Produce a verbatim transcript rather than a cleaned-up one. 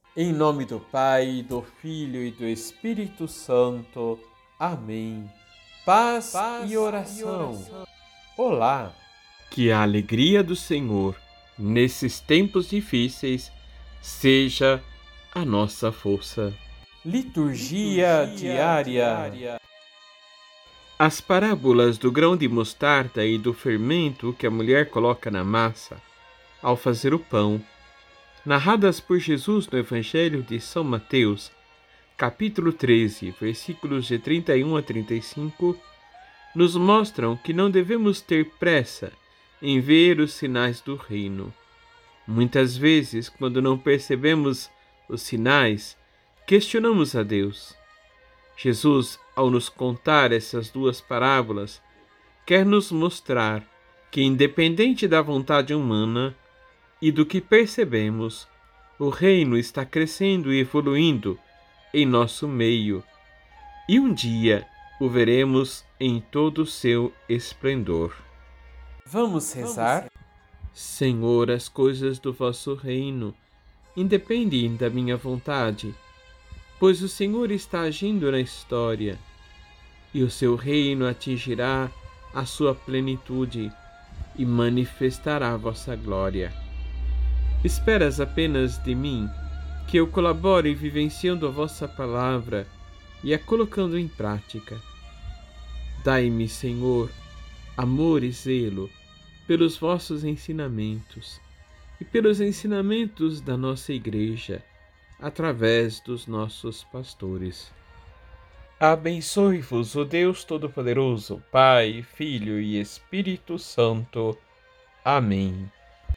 Em nome do Pai, do Filho e do Espírito Santo. Amém. Paz, Paz e, oração. e oração. Olá! Que a alegria do Senhor, nesses tempos difíceis, seja a nossa força. Liturgia, Liturgia diária. diária. As parábolas do grão de mostarda e do fermento que a mulher coloca na massa ao fazer o pão, narradas por Jesus no Evangelho de São Mateus, capítulo treze, versículos de trinta e um a trinta e cinco, nos mostram que não devemos ter pressa em ver os sinais do reino. Muitas vezes, quando não percebemos os sinais, questionamos a Deus. Jesus, ao nos contar essas duas parábolas, quer nos mostrar que, independente da vontade humana e do que percebemos, o reino está crescendo e evoluindo em nosso meio, e um dia o veremos em todo o seu esplendor. Vamos rezar? Senhor, as coisas do vosso reino independem da minha vontade, pois o Senhor está agindo na história, e o seu reino atingirá a sua plenitude e manifestará a vossa glória. Esperas apenas de mim que eu colabore vivenciando a vossa palavra e a colocando em prática. Dai-me, Senhor, amor e zelo pelos vossos ensinamentos e pelos ensinamentos da nossa Igreja, através dos nossos pastores. Abençoe-vos o Deus Todo-Poderoso, Pai, Filho e Espírito Santo. Amém.